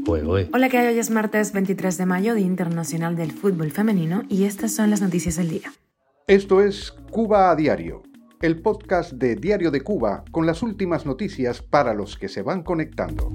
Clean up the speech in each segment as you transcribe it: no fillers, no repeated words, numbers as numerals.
Hola, ¿qué hay? Hoy es martes 23 de mayo, Día Internacional del Fútbol Femenino, y estas son las noticias del día. Esto es Cuba a Diario, el podcast de Diario de Cuba con las últimas noticias para los que se van conectando.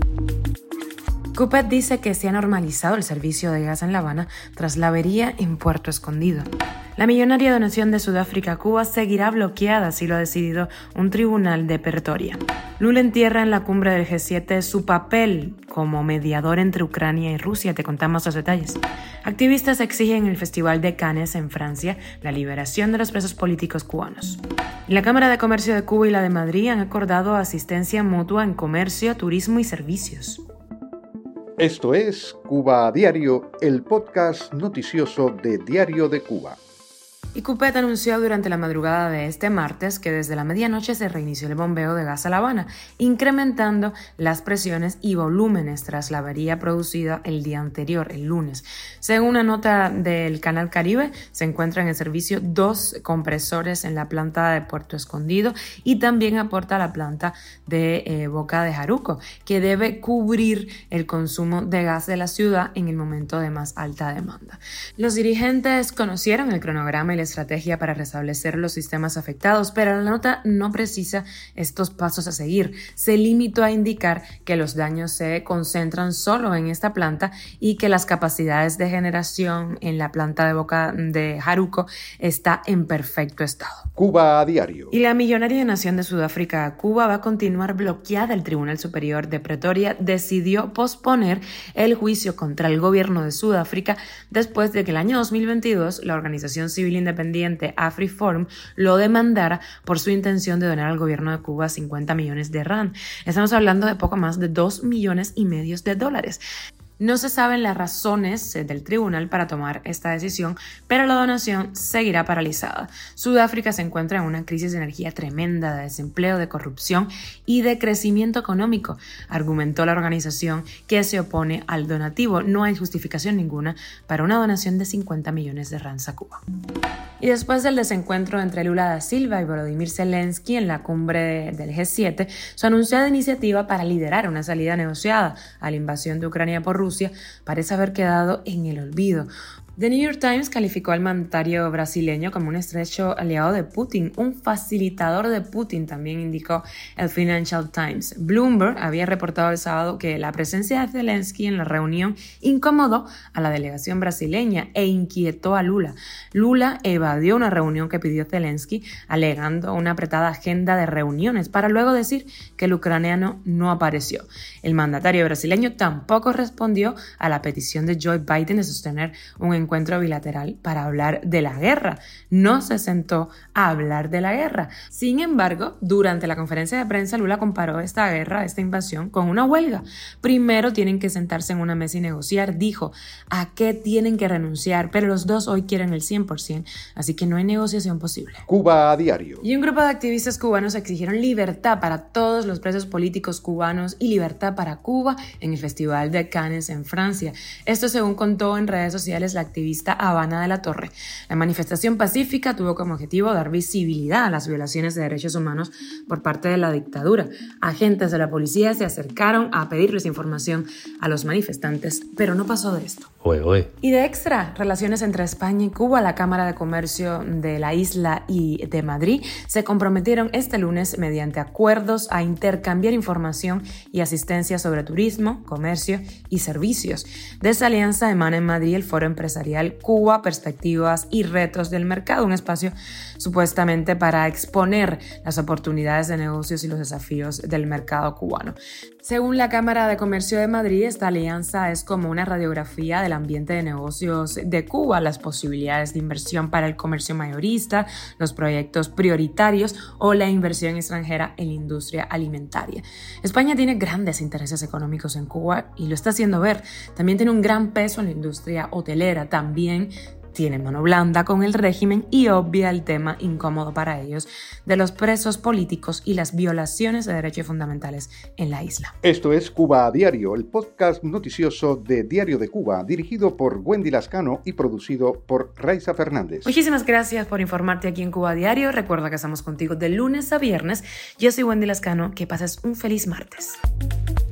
CUPET dice que se ha normalizado el servicio de gas en La Habana tras la avería en Puerto Escondido. La millonaria donación de Sudáfrica a Cuba seguirá bloqueada, así lo ha decidido un tribunal de Pretoria. Lula entierra en la cumbre del G7 su papel como mediador entre Ucrania y Rusia. Te contamos los detalles. Activistas exigen en el Festival de Cannes en Francia la liberación de los presos políticos cubanos. La Cámara de Comercio de Cuba y la de Madrid han acordado asistencia mutua en comercio, turismo y servicios. Esto es Cuba a Diario, el podcast noticioso de Diario de Cuba. Y CUPET anunció durante la madrugada de este martes que desde la medianoche se reinició el bombeo de gas a La Habana, incrementando las presiones y volúmenes tras la avería producida el día anterior, el lunes. Según una nota del Canal Caribe, se encuentran en servicio 2 compresores en la planta de Puerto Escondido y también aporta la planta de Boca de Jaruco, que debe cubrir el consumo de gas de la ciudad en el momento de más alta demanda. Los dirigentes conocieron el cronograma y la estrategia para restablecer los sistemas afectados, pero la nota no precisa estos pasos a seguir. Se limitó a indicar que los daños se concentran solo en esta planta y que las capacidades de generación en la planta de Boca de Jaruco está en perfecto estado. Cuba a Diario. Y la millonaria nación de Sudáfrica a Cuba va a continuar bloqueada. El Tribunal Superior de Pretoria decidió posponer el juicio contra el gobierno de Sudáfrica después de que el año 2022 la organización civil independiente AfriForum lo demandara por su intención de donar al gobierno de Cuba 50 millones de rand. Estamos hablando de poco más de $2,5 millones. No se saben las razones del tribunal para tomar esta decisión, pero la donación seguirá paralizada. Sudáfrica se encuentra en una crisis de energía tremenda, de desempleo, de corrupción y de crecimiento económico, argumentó la organización que se opone al donativo. No hay justificación ninguna para una donación de 50 millones de rands a Cuba. Y después del desencuentro entre Lula da Silva y Volodymyr Zelensky en la cumbre del G7, su anunciada iniciativa para liderar una salida negociada a la invasión de Ucrania por Rusia parece haber quedado en el olvido. The New York Times calificó al mandatario brasileño como un estrecho aliado de Putin, un facilitador de Putin, también indicó el Financial Times. Bloomberg había reportado el sábado que la presencia de Zelensky en la reunión incomodó a la delegación brasileña e inquietó a Lula. Lula evadió una reunión que pidió Zelensky, alegando una apretada agenda de reuniones, para luego decir que el ucraniano no apareció. El mandatario brasileño tampoco respondió a la petición de Joe Biden de sostener un encuentro bilateral para hablar de la guerra. No se sentó a hablar de la guerra. Sin embargo, durante la conferencia de prensa, Lula comparó esta guerra, esta invasión, con una huelga. Primero tienen que sentarse en una mesa y negociar, dijo. ¿A qué tienen que renunciar? Pero los dos hoy quieren el 100%, así que no hay negociación posible. Cuba a Diario. Y un grupo de activistas cubanos exigieron libertad para todos los presos políticos cubanos y libertad para Cuba en el Festival de Cannes en Francia. Esto según contó en redes sociales la activista Habana de la Torre. La manifestación pacífica tuvo como objetivo dar visibilidad a las violaciones de derechos humanos por parte de la dictadura. Agentes de la policía se acercaron a pedirles información a los manifestantes, pero no pasó de esto. Y de extra, relaciones entre España y Cuba, la Cámara de Comercio de la isla y de Madrid se comprometieron este lunes mediante acuerdos a intercambiar información y asistencia sobre turismo, comercio y servicios. De esa alianza emana en Madrid el Foro Empresarial Cuba, Perspectivas y Retos del Mercado, un espacio supuestamente para exponer las oportunidades de negocios y los desafíos del mercado cubano. Según la Cámara de Comercio de Madrid, esta alianza es como una radiografía del ambiente de negocios de Cuba, las posibilidades de inversión para el comercio mayorista, los proyectos prioritarios o la inversión extranjera en la industria alimentaria. España tiene grandes intereses económicos en Cuba y lo está haciendo ver. También tiene un gran peso en la industria hotelera, también tiene mano blanda con el régimen y obvia el tema incómodo para ellos de los presos políticos y las violaciones de derechos fundamentales en la isla. Esto es Cuba a Diario, el podcast noticioso de Diario de Cuba, dirigido por Wendy Lascano y producido por Raiza Fernández. Muchísimas gracias por informarte aquí en Cuba a Diario. Recuerda que estamos contigo de lunes a viernes. Yo soy Wendy Lascano. Que pases un feliz martes.